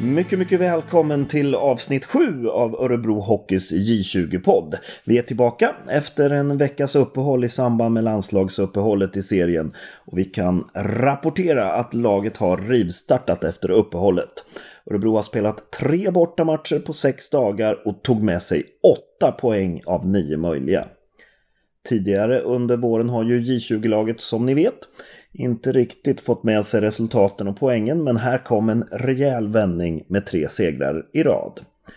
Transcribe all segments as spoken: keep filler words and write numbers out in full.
Mycket, mycket välkommen till avsnitt sju av Örebro Hockeys J tjugo-podd. Vi är tillbaka efter en veckas uppehåll i samband med landslagsuppehållet i serien. Och vi kan rapportera att laget har rivstartat efter uppehållet. Örebro har spelat tre bortamatcher på sex dagar och tog med sig åtta poäng av nio möjliga. Tidigare under våren har ju J tjugo-laget, som ni vet, inte riktigt fått med sig resultaten och poängen, men här kom en rejäl vändning med tre segrar i rad.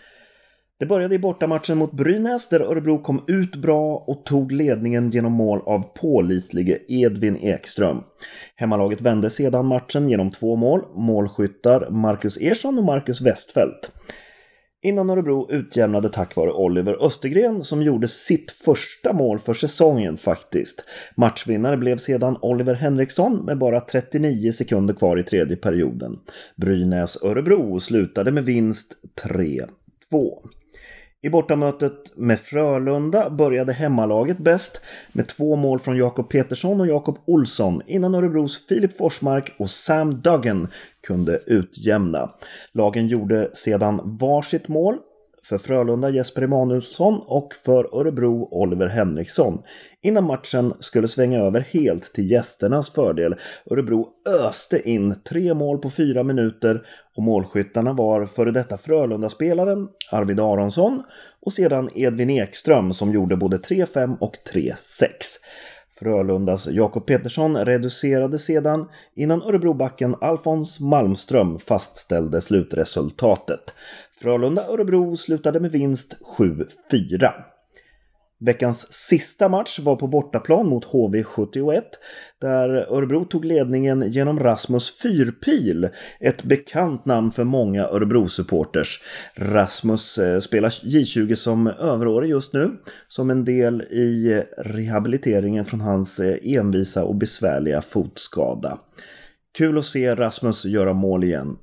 Det började i bortamatchen mot Brynäs där Örebro kom ut bra och tog ledningen genom mål av pålitlige Edvin Ekström. Hemmalaget vände sedan matchen genom två mål, målskyttar Marcus Ersson och Marcus Westfeldt. Innan Örebro utjämnade tack vare Oliver Östergren som gjorde sitt första mål för säsongen faktiskt. Matchvinnare blev sedan Oliver Henriksson med bara trettionio sekunder kvar i tredje perioden. Brynäs-Örebro slutade med vinst tre två. I bortamötet med Frölunda började hemmalaget bäst med två mål från Jakob Petersson och Jakob Olsson innan Örebros Filip Forsmark och Sam Duggan kunde utjämna. Lagen gjorde sedan varsitt mål, för Frölunda Jesper Emanuelsson och för Örebro Oliver Henriksson, innan matchen skulle svänga över helt till gästernas fördel. Örebro öste in tre mål på fyra minuter och målskyttarna var före detta Frölunda-spelaren Arvid Aronsson och sedan Edvin Ekström som gjorde både tre fem och tre sex. Frölundas Jakob Petersson reducerade sedan innan Örebrobacken Alfons Malmström fastställde slutresultatet. Frölunda-Örebro slutade med vinst sju fyra. Veckans sista match var på bortaplan mot H V sjuttioett där Örebro tog ledningen genom Rasmus Fyrpil, ett bekant namn för många Örebro-supporters. Rasmus eh, spelar J tjugo som överårig just nu som en del i rehabiliteringen från hans eh, envisa och besvärliga fotskada. Kul att se Rasmus göra mål igen.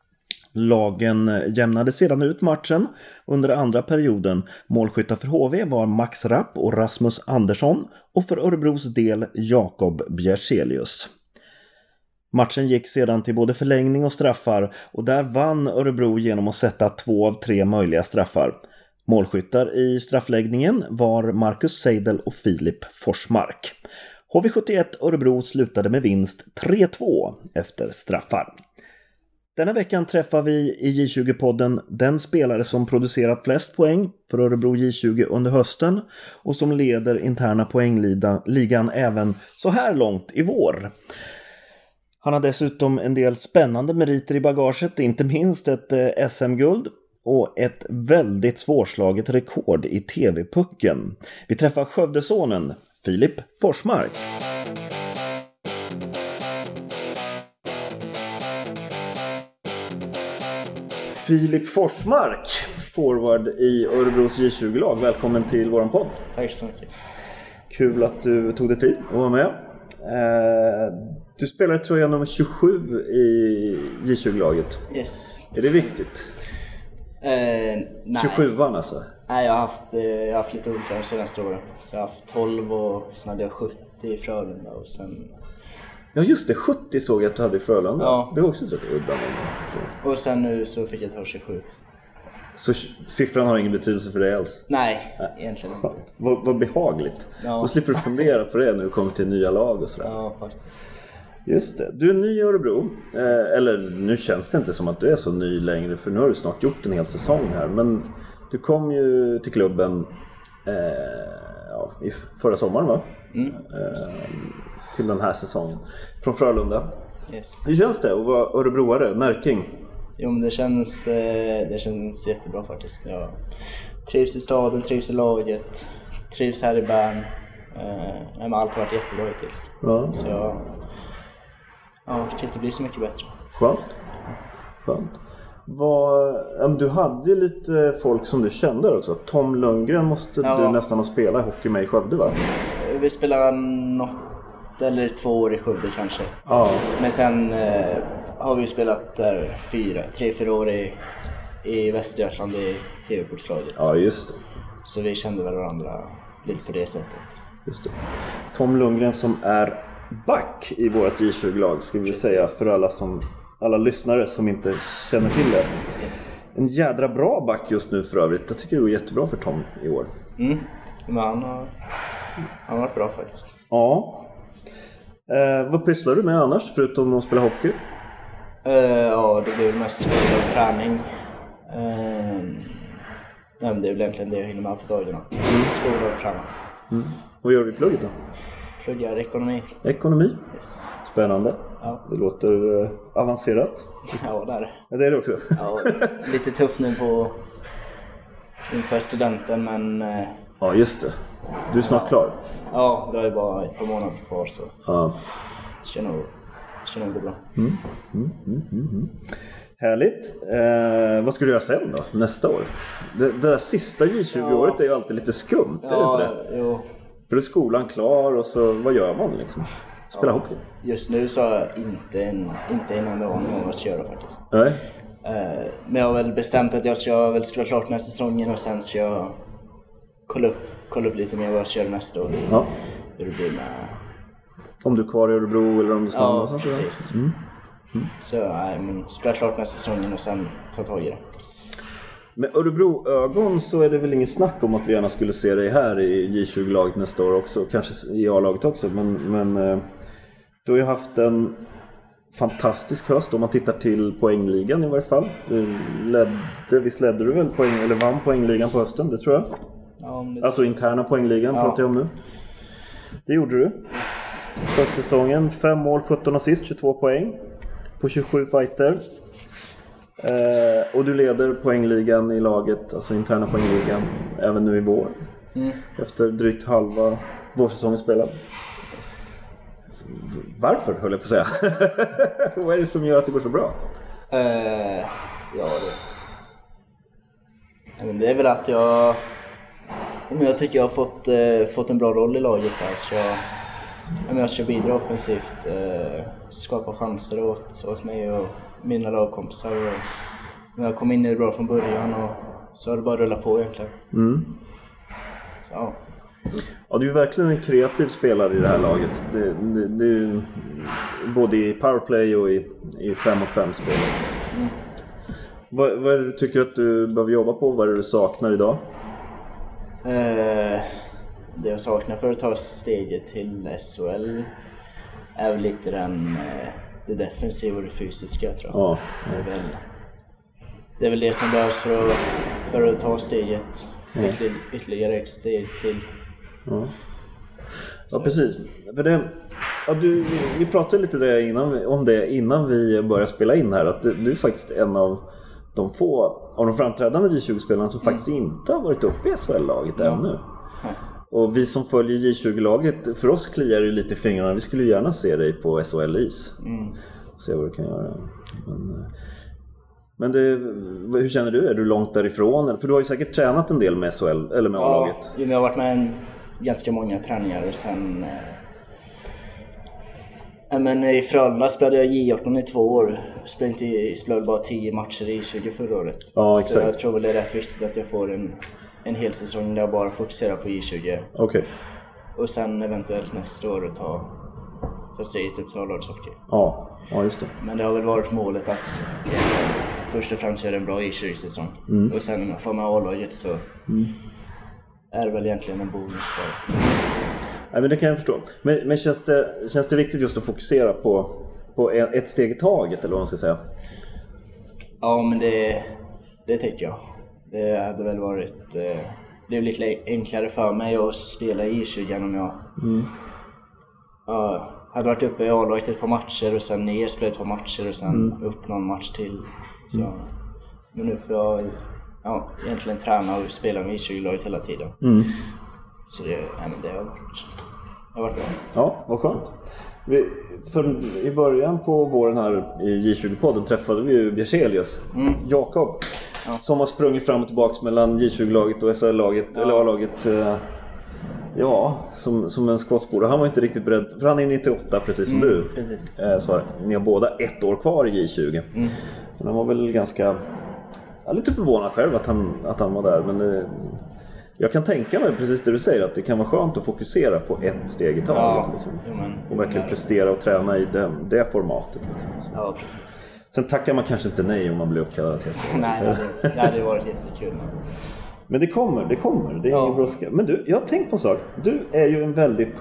Lagen jämnade sedan ut matchen under andra perioden. Målskyttar för H V var Max Rapp och Rasmus Andersson och för Örebros del Jakob Bjärselius. Matchen gick sedan till både förlängning och straffar och där vann Örebro genom att sätta två av tre möjliga straffar. Målskyttar i straffläggningen var Marcus Seidel och Filip Forsmark. H V sjuttioett Örebro slutade med vinst tre två efter straffar. Denna veckan träffar vi i J tjugo-podden den spelare som producerat flest poäng för Örebro J tjugo under hösten och som leder interna poängligan även så här långt i vår. Han har dessutom en del spännande meriter i bagaget, inte minst ett S M-guld och ett väldigt svårslaget rekord i T V-pucken. Vi träffar Skövdesonen Filip Forsmark. Filip Forsmark, forward i Örebros J tjugo-lag. Välkommen till våran podd. Tack så mycket. Kul att du tog dig tid att vara med. Du spelar tröja nummer tjugosju i J tjugo-laget. Yes. Är det viktigt? Eh, nej. tjugosjuan alltså? Nej, jag har haft, jag har haft lite olika de senaste åren. Så jag har haft tolv och sen hade jag sjuttio i Frölunda och sen... Ja just det, sjuttio såg jag att du hade i Frölunda. Ja. Det var också rätt udda. Så. Och sen nu så fick jag ta tjugosju. Så siffran har ingen betydelse för dig alls? Nej, Nej. egentligen inte. Vad, vad behagligt. Ja. Då slipper du fundera på det när du kommer till nya lag och sådär. Ja, faktiskt. Just det. Du är ny i Örebro. Eh, eller nu känns det inte som att du är så ny längre, för nu har du snart gjort en hel säsong här. Men du kom ju till klubben eh, ja, i förra sommaren va? Mm. Eh, till den här säsongen. Från Frölunda. Yes. Hur känns det att vara örebroare, Närking? Jo men det känns, det känns jättebra faktiskt. Jag trivs i staden, trivs i laget, trivs här i Bern. Eh, allt har varit jättebra hittills. Ja. Så jag, ja, det kan inte bli så mycket bättre. Skönt. Skönt. Vad, du hade lite folk som du kände också. Tom Lundgren måste ja. du nästan ha spelat hockey med i Skövde va? Vi spelade något eller två år i Skövde kanske. Ja. Men sen eh, har vi spelat där fyra, tre, fyra år i, i Västergötland i T V-portslaget. Ja, just det. Så vi kände väl varandra lite på det sättet. Just det. Tom Lundgren som är back i vårt J tjugo-lag ska vi säga för alla som alla lyssnare som inte känner till det. Yes. En jädra bra back just nu för övrigt. Jag tycker det går jättebra för Tom i år. Mm, men han har, han har varit bra faktiskt. Ja. Eh, vad pysslar du med annars förutom att spela hockey? Uh, ja, det blir mest skola och träning. Uh, nej, men det är väl egentligen det jag hinner med på dagarna. Mm. Skola och träning. Mm. Vad gör du i plugget då? Pluggar ekonomi. Ekonomi? Yes. Spännande. Ja. Det låter uh, avancerat. Ja, det är det. Ja, det är det också. Ja, lite tufft nu på inför studenten, men... Uh, ja, just det. Du är snart ja. klar. Ja, det är bara ett par månader kvar så. Ja. Det ska nog, det ska nog gå bra. Mm. Mm, mm, mm, mm. Härligt. Eh, vad ska du göra sen då, nästa år? Det, det där sista J tjugo-året ja. är ju alltid lite skumt, är ja, det inte det? Jo. För då är skolan klar och så, vad gör man liksom? Spela ja. hockey? Just nu så har jag inte en, inte en enda aning om vad jag ska göra faktiskt. Nej. Eh, men jag har väl bestämt att jag ska väl spela klart den här säsongen och sen ska jag kolla upp, kolla upp lite mer vad jag ska göra nästa år. Ja. Hur det blir med... Om du är kvar i Örebro eller om du ska ja, någonstans? Ja, precis. Mm. Mm. Så nej, men spela klart den här säsongen och sen ta tag i det. Med Örebro-ögon så är det väl ingen snack om att vi gärna skulle se dig här i J tjugo-laget nästa år också. Kanske i A-laget också. Men, men du har ju haft en fantastisk höst om man tittar till poängligan i varje fall. Du ledde, visst ledde du väl poäng, eller vann poängligan på hösten, det tror jag. Ja, det... Alltså interna poängligan ja. pratar jag om nu. Det gjorde du. Yes. Höstsäsongen, fem mål, sjutton assist, tjugotvå poäng på tjugosju fighter. Eh, och du leder poängligan i laget, alltså interna poängligan, även nu i vår. Mm. Efter drygt halva vårsäsongen spelad. Yes. Varför, höll jag på att säga? Vad är det som gör att det går så bra? Uh, ja, det... Men det är väl att jag... Men jag tycker jag har fått, eh, fått en bra roll i laget här. Så jag, men jag ska bidra offensivt, eh, skapa chanser åt, åt mig och mina lagkompisar. Och, men jag kom in i det bra från början och så har det bara rullat på egentligen. Mm. Så, ja. Ja, du är verkligen en kreativ spelare i det här laget. Det, det, det är både i powerplay och i, i fem mot fem spelet. Mm. Vad, vad är det du tycker att du behöver jobba på? Vad är det du saknar idag? Eh, det jag saknar för att ta steget till S H L är väl lite den, eh, det defensiva och det fysiska, tror jag. Ja. Det, är väl, det är väl det som behövs för att, för att ta steget. Ja. Ytterligare, ytterligare ett steg till. Ja, ja precis. För det, ja, du, vi pratade lite där innan, om det innan vi började spela in här. Att du, du är faktiskt en av de få av de framträdande J tjugo-spelarna som mm. faktiskt inte har varit uppe i S H L-laget ja. ännu. Mm. Och vi som följer J tjugo-laget, för oss kliar det lite i fingrarna. Vi skulle gärna se dig på S H L-is. Mm. Se vad du kan göra. Men, men det, hur känner du? Är du långt därifrån? För du har ju säkert tränat en del med S H L eller med A-laget. Ja, jag har varit med en, ganska många träningar och sen... Äh, men i Frölunda spelade jag J arton i två år. Spelade, inte, spelade bara tio matcher i tjugo förra året. Ja, exakt. Så jag tror väl det är rätt viktigt att jag får en, en hel säsong där jag bara fokuserar på J tjugo. Okej. Okay. Och sen eventuellt nästa år ta, ta sig till A-lagshockey. Ja, ja, just det. Men det har väl varit målet att jag, först och främst göra en bra J tjugo-säsong. Mm. Och sen om jag får med A-laget så mm. är det väl egentligen en bonus bara. Nej, men det kan jag förstå. Men, men känns, det, känns det viktigt just att fokusera på, på ett steg i taget, eller vad man ska säga? Ja, men det, det tycker jag. Det hade väl varit... Eh, det är lite enklare för mig att spela i J tjugo om jag mm. uh, hade varit uppe i A-laget ett par matcher och sen ner, spelat ett par matcher och sen mm. upp någon match till. Så, mm. Men nu får jag ja, egentligen träna och spela med J tjugo-laget hela tiden. Mm. Så det, ja, men det har varit, det har varit bra. Ja, vad skönt. Vi, för i början på våren här i J tjugo-podden träffade vi ju Bjärselius, mm. Jakob, ja. som har sprungit fram och tillbaka mellan J tjugo-laget och S H L-laget, ja. eller A-laget. Eh, ja, som, som en skottbord. Han var inte riktigt beredd, för han är nittioåtta precis som mm, du. Precis. Eh, så ni har båda ett år kvar i J tjugo. Mm. Men han var väl ganska, ja, lite förvånad själv att han, att han var där, men det, jag kan tänka mig precis det du säger, att det kan vara skönt att fokusera på ett steg i taget. Ja, liksom. jo, men, och verkligen prestera och träna i den, det formatet. Liksom. Ja, precis. Sen tackar man kanske inte nej om man blir uppkallad till S H L. Nej, det hade, det hade varit jättekul. Men det kommer, det kommer. Det är ja. ingen brådska. Men du, jag har tänkt på en sak. Du är ju en väldigt,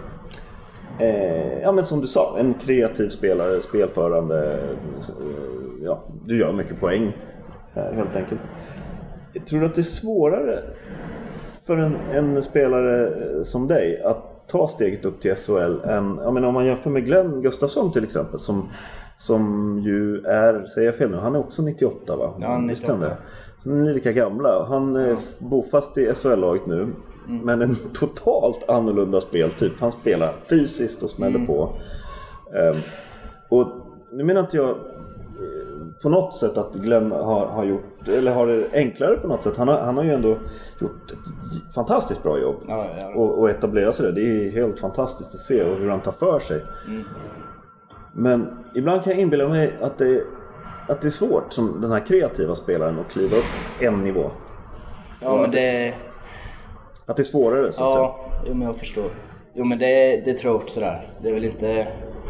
eh, ja men som du sa, en kreativ spelare, spelförande. Eh, ja, du gör mycket poäng, eh, helt enkelt. Tror du att det är svårare för en, en spelare som dig att ta steget upp till S H L än, jag menar, om man jämför med Glenn Gustafsson till exempel, som, som ju är, säger jag fel nu, han är också nittioåtta va? Ja, nittioåtta. Så ni är lika gamla. Han ja. är bofast i S H L-laget nu, mm. men en totalt annorlunda speltyp. Han spelar fysiskt och smäller mm. på. Um, och nu menar inte jag på något sätt att Glenn har, har gjort, eller har det enklare på något sätt. Han har, han har ju ändå gjort ett fantastiskt bra jobb ja, ja, ja. Och, och etablera sig där. Det är helt fantastiskt att se och hur han tar för sig. Mm. Men ibland kan jag inbilla mig att det, att det är svårt som den här kreativa spelaren att kliva upp en nivå. Ja, men det... Att det är svårare så att säga. Ja, jo, men jag förstår. Jo, men det, det tror jag också där. Det är väl inte...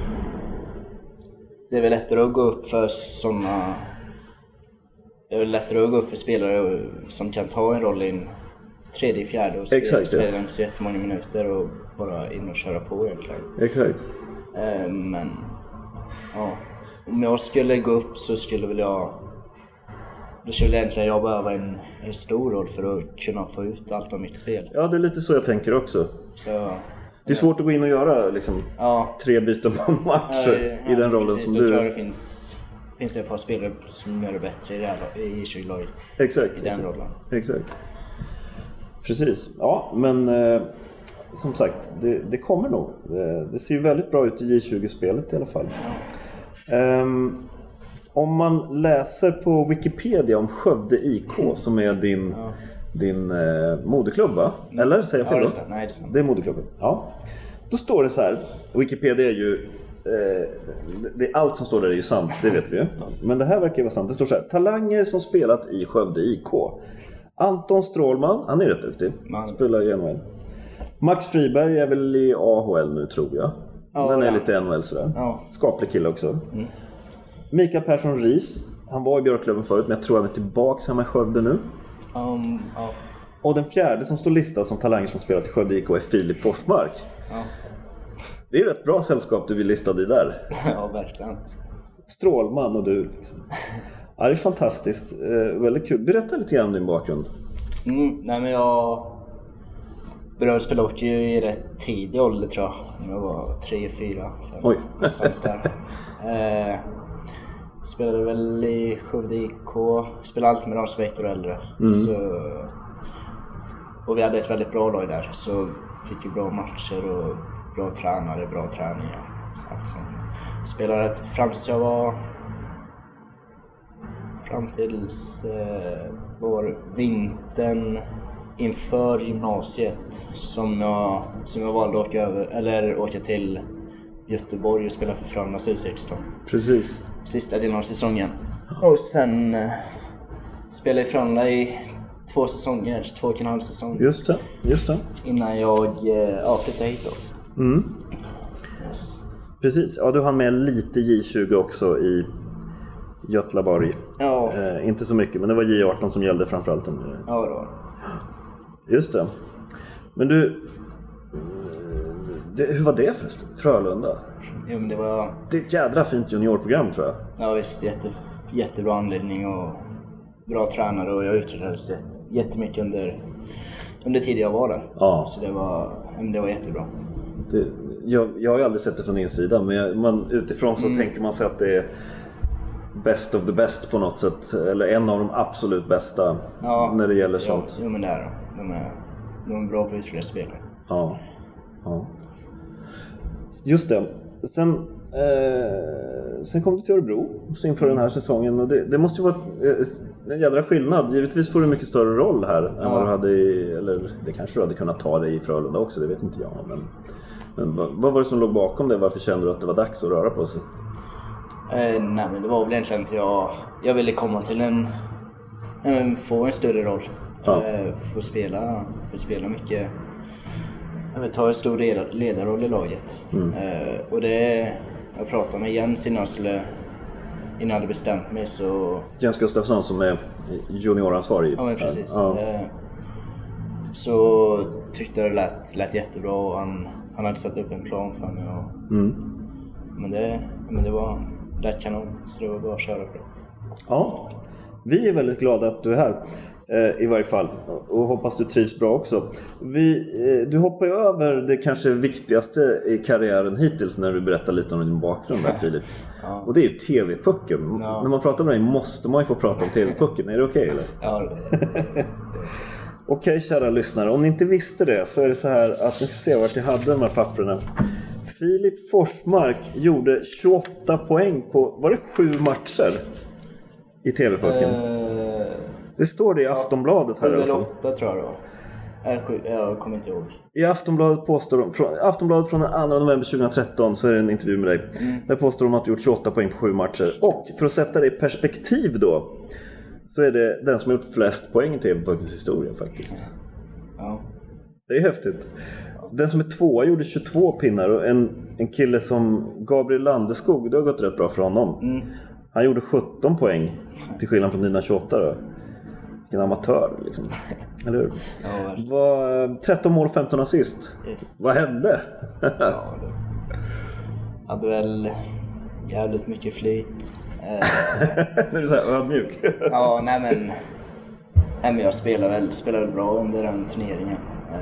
Det är väl lättare att gå upp för såna... Det är väl lättare att gå upp för spelare som kan ta en roll i en tredje, fjärde och spela, Exakt, spela ja. inte så jättemånga minuter och bara in och köra på egentligen. Exakt. Eh, men... Ja. Om jag skulle gå upp så skulle väl jag... Då skulle egentligen jag behöva en, en stor roll för att kunna få ut allt av mitt spel. Ja, det är lite så jag tänker också. Så... Det är svårt att gå in och göra liksom, ja. tre byten på match ja, ja, i den rollen precis, som du... Jag tror det finns, finns det ett par spelare som gör det bättre i, det här, i tjugo-laget. Exakt. I den exakt. rollen. Exakt. Precis. Ja, men eh, som sagt, det, det kommer nog. Det, det ser ju väldigt bra ut i J tjugo-spelet i alla fall. Ja. Um, om man läser på Wikipedia om Skövde I K mm. som är din... Ja. din eh, moderklubb va? Mm. Eller säger jag fel ja, då? Det är, Nej, det är det är moderklubben. Ja. Då står det så här. Wikipedia är ju eh, det är allt som står där är ju sant, det vet vi ju. Men det här verkar ju vara sant. Det står så här: talanger som spelat i Skövde I K. Anton Strålman, han är rätt duktig. Man. Spelar i N H L. Max Friberg är väl i A H L nu tror jag. Ja, den är ja. lite N H L sådär. Ja. Skaplig kille också. Mm. Mikael Persson Ris, han var i Björklöven förut, men jag tror han är tillbaks hemma i Skövde nu. Um, ja. Och den fjärde som står listad som talanger som spelat i Skövde I K är Filip Forsmark. Ja. Det är ju ett bra sällskap du vill lista dig där. Ja, verkligen. Strålman och du liksom. Ja, det är fantastiskt. Eh, väldigt kul. Berätta lite grann om din bakgrund. Mm, nej men jag började spela hockey i rätt tidig ålder tror jag. När jag var tre, fyra. Oj. Någonstans där. eh, spelade väl i Skövde I K. Spelade alltid med de som var ett år äldre. Mm. Så, och vi hade ett väldigt bra lag där. Så fick vi bra matcher och bra tränare, bra träningar. Så, så. Spelade fram tills jag var... Fram tills eh, var vintern inför gymnasiet som jag, som jag valde att åka över, eller åka till Göteborg och spela för Frölundas U sexton. Precis. Sista delen av säsongen. Och sen eh, spelade jag i Frölunda i två säsonger, två och en halv säsong. Just det, just det. Innan jag eh, ja, flyttade hit då. Mm. Yes. Precis, ja du hann med lite J tjugo också i Götlaborg. Ja. Eh, inte så mycket, men det var J arton som gällde framförallt. Ja då. Just det. Men du, det, hur var det förresten? Frölunda? Jo, men det var... Det är ett jädra fint juniorprogram tror jag. Ja visst, jätte, jättebra anledning och bra tränare och jag utvecklades jättemycket under, under tiden jag var där. Ja. Så det var, det var jättebra. Det, jag, jag har ju aldrig sett det från insidan, men jag, man, utifrån så mm. tänker man sig att det är best of the best på något sätt, eller en av de absolut bästa ja, när det gäller sånt. Ja, jo, men det är de. Är, de är bra på utflöjda spelare. Ja, ja. Just det. Sen, eh, sen kom du till Örebro så inför den här säsongen och det, det måste ju vara en jädra skillnad. Givetvis får du mycket större roll här ja. än vad du hade i, eller det kanske du hade kunnat ta dig i Frölunda också, det vet inte jag. Men, men vad, vad var det som låg bakom det? Varför kände du att det var dags att röra på sig? Eh, nej men det var väl egentligen att jag, jag ville komma till en, en få en större roll. Ja. Eh, få spela, få spela mycket. Jag vill ta en stor ledarroll i laget. Mm. Eh, och det, jag pratade med Jens innan jag skulle innan jag hade bestämt mig så... Jens Gustafsson som är junioransvarig. Ja, men precis. Ja. Så tyckte jag det lät, lät jättebra och han, han hade satt upp en plan för mig. Och, mm. men, det, men det var lätt kanon, så det var bara att köra på det. Ja, vi är väldigt glada att du är här. I varje fall, och hoppas du trivs bra också. Vi, du hoppar ju över det kanske viktigaste i karriären hittills när du berättar lite om din bakgrund där, Filip. Ja. Och det är ju tv-pucken. Ja. När man pratar om dig måste man ju få prata om tv-pucken. Är det okej, okay, eller? Ja. Okej, kära lyssnare, om ni inte visste det så är det så här att ni ska se vart jag hade de här papperna. Filip Forsmark gjorde tjugoåtta poäng på, var det sju matcher i tv-pucken? Uh... Det står det i Aftonbladet här i alla fall. åtta tror jag då. Jag kommer inte ihåg. I Aftonbladet påstår de, från, Aftonbladet från den andra november tjugotretton så är det en intervju med dig. Mm. Där påstår de att du gjort tjugoåtta poäng på sju matcher. Och för att sätta det i perspektiv då så är det den som har gjort flest poäng i tv-puckens historia faktiskt. Ja. Det är häftigt. Den som är tvåa gjorde tjugotvå pinnar och en, en kille som Gabriel Landeskog, det har gått rätt bra för honom. Mm. Han gjorde sjutton poäng till skillnad från dina tjugoåtta då. Vilken amatör liksom. Eller hur? Ja, var, tretton mål och femton assist. Yes. Vad hände? Ja, det hade väl jävligt mycket flyt. När du säger ödmjuk. Ja, nej men, nej men jag spelade väl, spelade väl bra under den turneringen.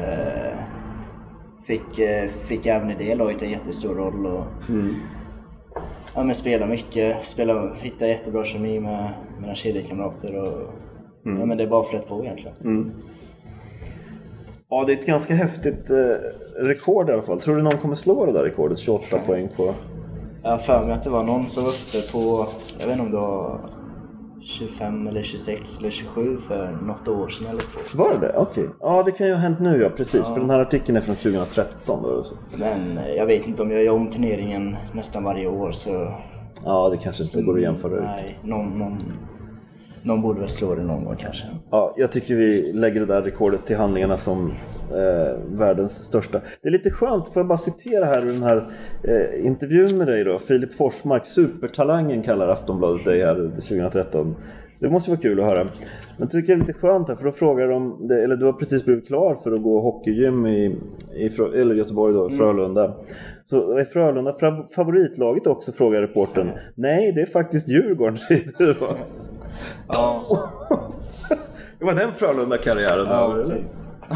Fick, fick även i det laget en jättestor roll. Och, mm. ja, men spelade mycket. Spelade, hittade jättebra kemi med mina kedjekamrater och Mm. ja, men det är bara flett på egentligen. Mm. Ja, det är ett ganska häftigt eh, rekord i alla fall. Tror du någon kommer slå det där rekordet? tjugoåtta poäng på... Jag har för mig att det var någon som var uppe på, jag vet inte om det var tjugofem eller tjugosex eller tjugosju för något år sedan eller två. Var det det? Okej. Okay. Ja, det kan ju ha hänt nu, ja, precis. Ja. För den här artikeln är från tjugotretton då. Så. Men jag vet inte om jag gör om turneringen nästan varje år så... Ja, det kanske inte så, går att jämföra nej, riktigt. Någon... någon... Någon borde väl slå det någon gång kanske. Ja, jag tycker vi lägger det där rekordet till handlingarna som eh, världens största. Det är lite skönt, får jag bara citera här ur den här eh, intervjun med dig då. Filip Forsmark, supertalangen kallar Aftonbladet dig här tjugotretton. Det måste vara kul att höra. Men tycker jag är lite skönt här, för då frågar de, eller du har precis blivit klar för att gå hockeygym i, i eller Göteborg då, Frölunda. Mm. Så är Frölunda favoritlaget också, frågar reportern. Mm. Nej, det är faktiskt Djurgården, säger du då. Ja. Det var den Frölunda-karriären ja, över, eller?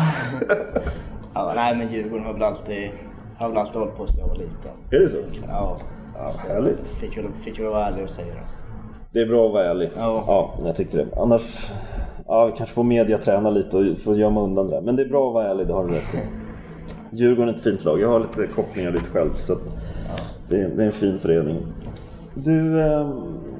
Ja, nej, men Djurgården har väl alltid har väl alltid hållit på sig när jag var liten. Är det så? Ja, ja så härligt. Fick väl, fick väl vara ärlig och säga det. Det är bra att vara ärlig. Ja, ja jag tyckte det. Annars, ja, vi kanske får media träna lite och får gömma undan det. Men det är bra att vara ärlig, det har du rätt till. Djurgården är ett fint lag. Jag har lite kopplingar dit själv, så att ja. det, är, det är en fin förening. Du... Eh,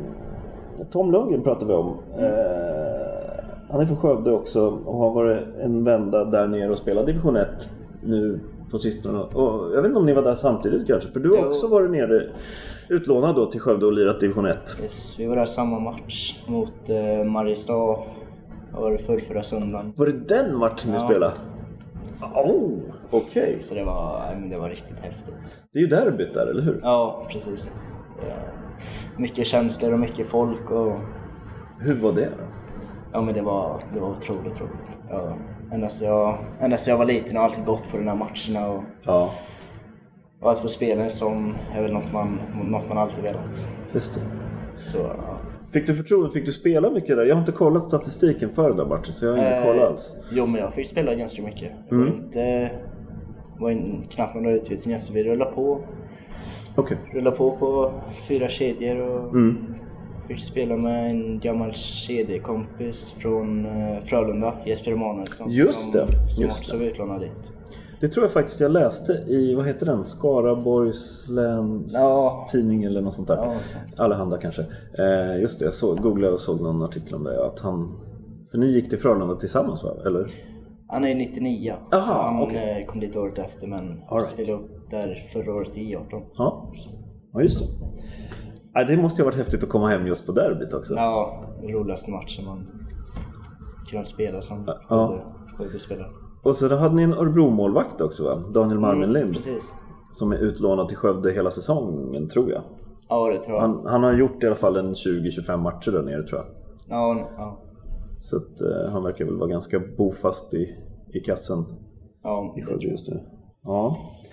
Tom Lundgren pratar vi om. Eh, han är från Skövde också och har varit en vända där nere och spelat division ett nu på sistone. Och jag vet inte om ni var där samtidigt kanske, för du har också varit nere utlånad då till Skövde och lirat division ett. Yes, vi var där samma match mot eh, Mariestad. Det var det för förra söndagen. Var det den matchen ni ja. spelade? Oh, okej. Okay. Så det var, det var riktigt häftigt. Det är ju derbyt där, eller hur? Ja, precis. Ja. Mycket känslor och mycket folk och... Hur var det då? Ja, men det var, det var otroligt roligt. Ja, ända så jag, ända så jag var liten och alltid gått på de här matcherna och, ja. och att få spela en sån är väl något man, något man alltid velat. Just det. Så, ja. Fick du förtroende? Fick du spela mycket där? Jag har inte kollat statistiken för den där matchen, så jag har inte eh, kollat alls. Jo, men jag fick spela ganska mycket. Jag var mm. inte... var en, knappt några utvisningar, så vi rullade på. Okay. Rullade på på fyra kedjor och mm. fick spela med en gammal kedjekompis från uh, Frölunda, Jesper Emanuelsson. Just det. Som, som Just också var utlånad dit. Det tror jag faktiskt jag läste i, vad heter den? Skaraborgs läns ja. tidning eller något sånt där. Ja, Allehanda kanske. Eh, just det, jag såg, googlade och såg någon artikel om det. Att han, för ni gick till Frölunda tillsammans, va? Eller? Han är nittionio. Aha, så han okay. kom dit året efter, men right. spelade upp där förra året i arton. Ja, ja just det. Ja, det måste ju ha varit häftigt att komma hem just på derbyt också. Ja, den roligaste matchen man kunnat spela som ja. Skövde-spelare. Och så då hade ni en Örebro-målvakt också, va? Daniel Marmenlind. Mm, precis. Som är utlånad till Skövde hela säsongen, tror jag. Ja, det tror jag. Han, han har gjort i alla fall en tjugo till tjugofem matcher där nere, tror jag. Ja, ja. Så att, eh, han verkar väl vara ganska bofast i, i kassen. Ja, i Skövde just nu. Ja.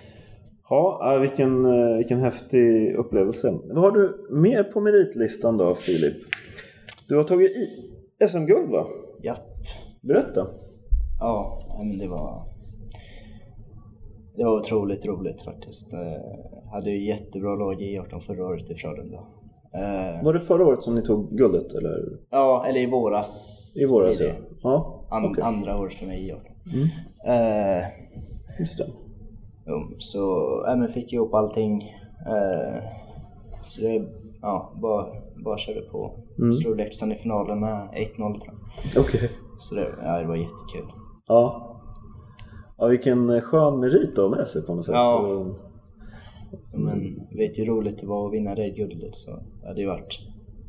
Ja, vilken, vilken häftig upplevelse. Vad har du mer på meritlistan då, Filip? Du har tagit i S M-guld, va? Ja. Berätta. Ja, men det var det var otroligt roligt faktiskt. Jag hade ju jättebra lag i arton förra året i Frölunda. Var det förra året som ni tog guldet, eller? Ja, eller i våras. I våras, ja. Ja, An- okay. Andra året för mig i arton. Mm. Uh, Just det. Um, så ja, men fick ihop allting. Uh, så det ja, bara, bara körde på. Mm. Slog Leksand i finalen med ett noll, tror jag. Okej. Okay. Så det, ja, det var jättekul. Ja. Ja, vilken skön merit då med sig på något sätt. Ja. Och... Mm. Men vet ju roligt det var att vinna det guldet, så ja, det har varit.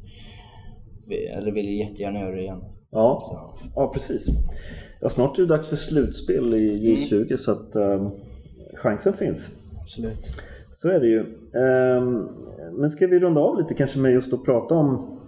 Eller vill ju jättegärna göra det igen. Ja, så. Ja precis. Ja, snart är det dags för slutspel i J tjugo, mm. så att um, chansen finns. Absolut. Så är det ju. Um, men ska vi runda av lite kanske med just att prata om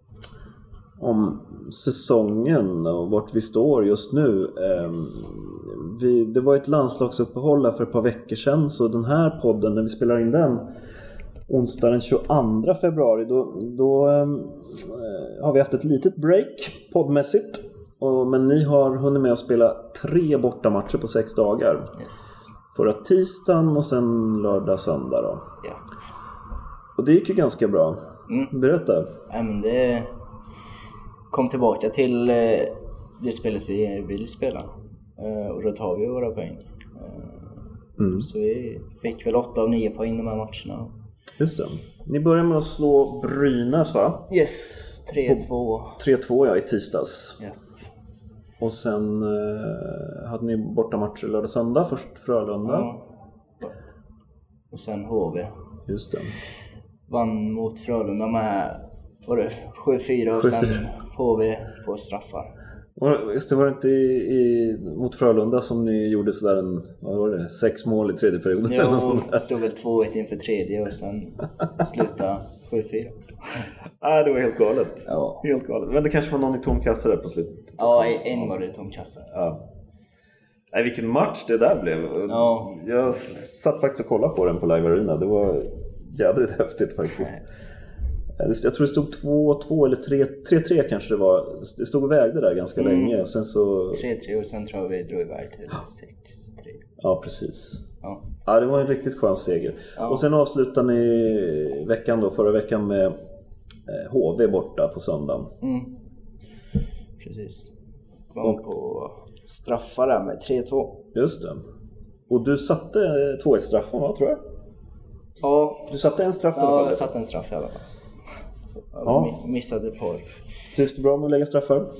om säsongen och vart vi står just nu. Um, vi, det var ett landslagsuppehåll där för ett par veckor sedan, så den här podden, när vi spelar in den onsdag den tjugoandra februari, då, då um, har vi haft ett litet break poddmässigt. Och, men ni har hunnit med att spela tre bortamatcher på sex dagar. Yes. Förra tisdagen och sen lördag, söndag då. Ja. Och det gick ju ganska bra. Mm. Berätta. Ja, men det kom tillbaka till det spelet vi vill spela. Och då tar vi våra poäng. Mm. Så vi fick väl åtta av nio poäng de här matcherna. Just det. Ni började med att slå Brynäs, va? Yes, tre två. tre två, ja, i tisdags. Ja. Och sen eh, hade ni bortamatcher lördag söndag. Först Frölunda. Ja. Och sen H V. Just det. Vann mot Frölunda med var det, sju fyra och sen H V på straffar. Och just det, var det inte i, i, mot Frölunda som ni gjorde sådär en, vad var det, sex mål i tredje perioden? Jo, det stod väl två ett inför tredje och sen slutade sju fyra. Nej, det var helt galet. Ja. Helt galet. Men det kanske var någon i tom kassa där på slutet. Ja, en var det i tom kassa. Ja. Nej, vilken match det där blev. Ja. Jag satt faktiskt och kollade på den på Live Arena. Det var jädrigt häftigt faktiskt. Nej. Jag tror det stod två två eller tre tre kanske det var. Det stod och vägde där ganska mm. länge. Sen så... tre tre och sen tror jag vi drog iväg till sex tre. Ja, precis. Ja. Ja, det var en riktigt skön seger. Ja. Och sen avslutade ni veckan då, förra veckan med H V borta på söndagen. Mm. Precis. Var och... på straffar där med tre två. Just det. Och du satte två ett straffen, va, tror jag? Ja. Du satte en straff i alla fall? Ja, jag satte en straff i alla fall. Ja. Missade ett par. Trivs du bra med att lägga straffar?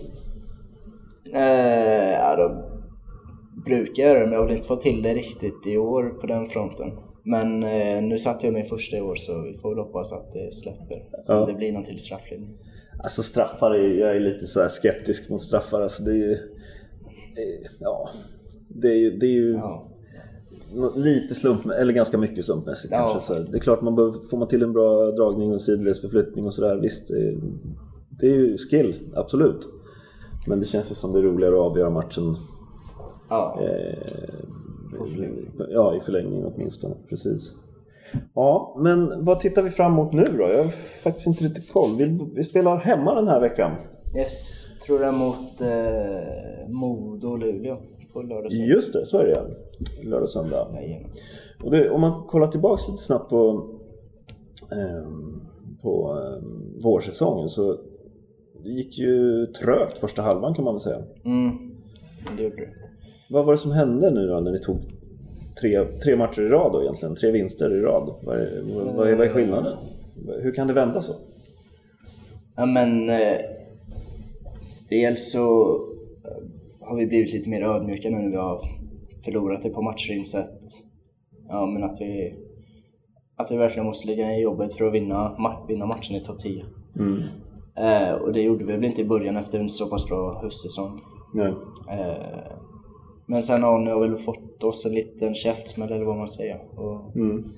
Eh, ja, då brukar jag göra det, men jag har inte fått till det riktigt i år på den fronten. Men eh, nu satte jag mig första i år, så vi får väl hoppas att det släpper. Ja. Det blir någon till strafflinje. Alltså straffar, är, jag är lite så här skeptisk mot straffar. Alltså det är ju... Ja, det är ju... Det är ju ja. Lite slump, eller ganska mycket slumpmässigt, ja, kanske så. Det är klart, man behöver, får man till en bra dragning och sidledsförflyttning och sådär, visst, det är, det är ju skill, absolut. Men det känns ju som det är roligare att avgöra matchen. Ja, eh, ja, i förlängning åtminstone, precis. Ja, men vad tittar vi fram emot nu då? Jag har faktiskt inte riktigt koll. Vi, vi spelar hemma den här veckan. Yes, tror jag mot eh, Modo och Luleå på lördag söndag. Just det, så är det ja. Lördag söndag. Ja, och det, om man kollar tillbaka lite snabbt på eh, på eh, vårsäsongen, så det gick ju trögt första halvan, kan man väl säga. Mm, det gjorde det. Vad var det som hände nu då när ni tog tre, tre matcher i rad då egentligen? Tre vinster i rad. Vad är, vad är, vad är skillnaden? Hur kan det vända så? Ja, men eh, dels så har vi blivit lite mer ödmjuka nu när vi har förlorat ett par matcher, insett ja, men att vi att vi verkligen måste lägga i jobbet för att vinna, vinna matchen i topp tio. Mm. Eh, och det gjorde vi väl inte i början efter en så pass bra höstsäsong. Nej. Eh, men sen har ni väl fått oss en liten käftsmäll, eller vad man säger. Och mm.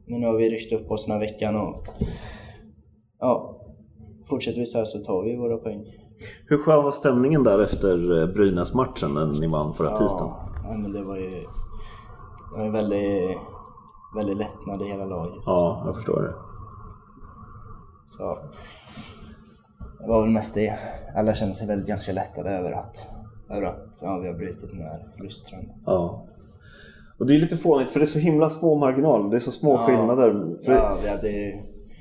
men nu har vi ryckt upp oss den här veckan och ja, fortsätter vi så här så tar vi våra poäng. Hur skön var stämningen där efter Brynäs-matchen när ni vann förra ja, tisdagen? Ja, men det var ju, det var ju väldigt, väldigt lättnad i hela laget. Ja, jag förstår det. Så det var väl mest det. Alla kände sig väl ganska lättade över att, över att ja, vi har brutit den här förlusttrenden. Ja. Och det är lite fånigt för det är så himla små marginaler. Det är så små ja, skillnader. För ja, vi hade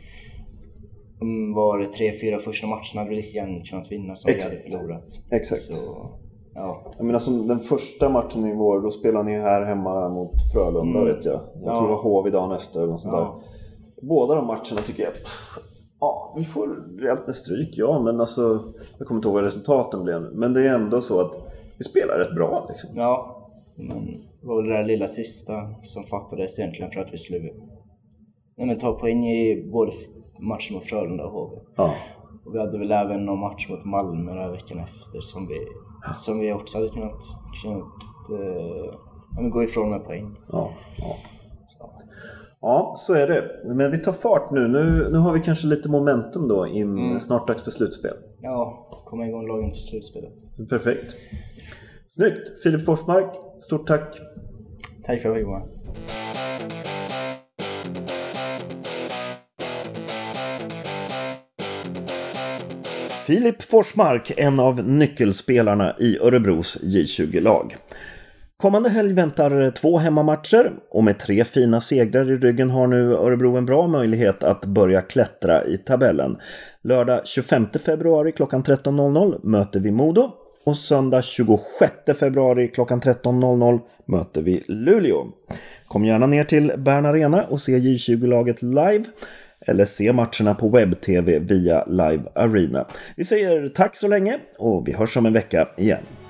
var det tre, fyra första matcherna hade vi lika gärna kunnat vinna som Exakt. vi hade förlorat. Exakt. Så, ja. Jag menar som den första matchen i vår, då spelade ni här hemma mot Frölunda mm. vet jag. Jag ja. tror det var H V dagen efter eller sånt ja. där. Båda de matcherna tycker jag pff, ja, vi får rejält med stryk, ja, men alltså jag kommer inte ihåg vad resultaten blev. Men det är ändå så att vi spelar rätt bra liksom. Ja, men det var väl det där lilla sista som fattades egentligen för att vi skulle nej, men ta poäng i både matchen mot Frölunda och H V. Ja. Och vi hade väl även någon match mot Malmö den veckan efter som vi, ja. som vi också hade kunnat, kunnat uh, ja, gå ifrån med poäng. Ja, ja. Så. Ja, så är det. Men vi tar fart nu. Nu, nu har vi kanske lite momentum då in mm. snart dags för slutspel. Ja, komma igång lagen till slutspelet. Perfekt. Snyggt. Filip Forsmark, stort tack. Tack för att du var med. Filip Forsmark, en av nyckelspelarna i Örebros J tjugo-lag. Kommande helg väntar två hemmamatcher och med tre fina segrar i ryggen har nu Örebro en bra möjlighet att börja klättra i tabellen. Lördag tjugofemte februari klockan tretton noll noll möter vi Modo och söndag tjugosjätte februari klockan tretton noll noll möter vi Luleå. Kom gärna ner till Bern Arena och se J tjugo-laget live. Eller se matcherna på webb-tv via Live Arena. Vi säger tack så länge och vi hörs om en vecka igen.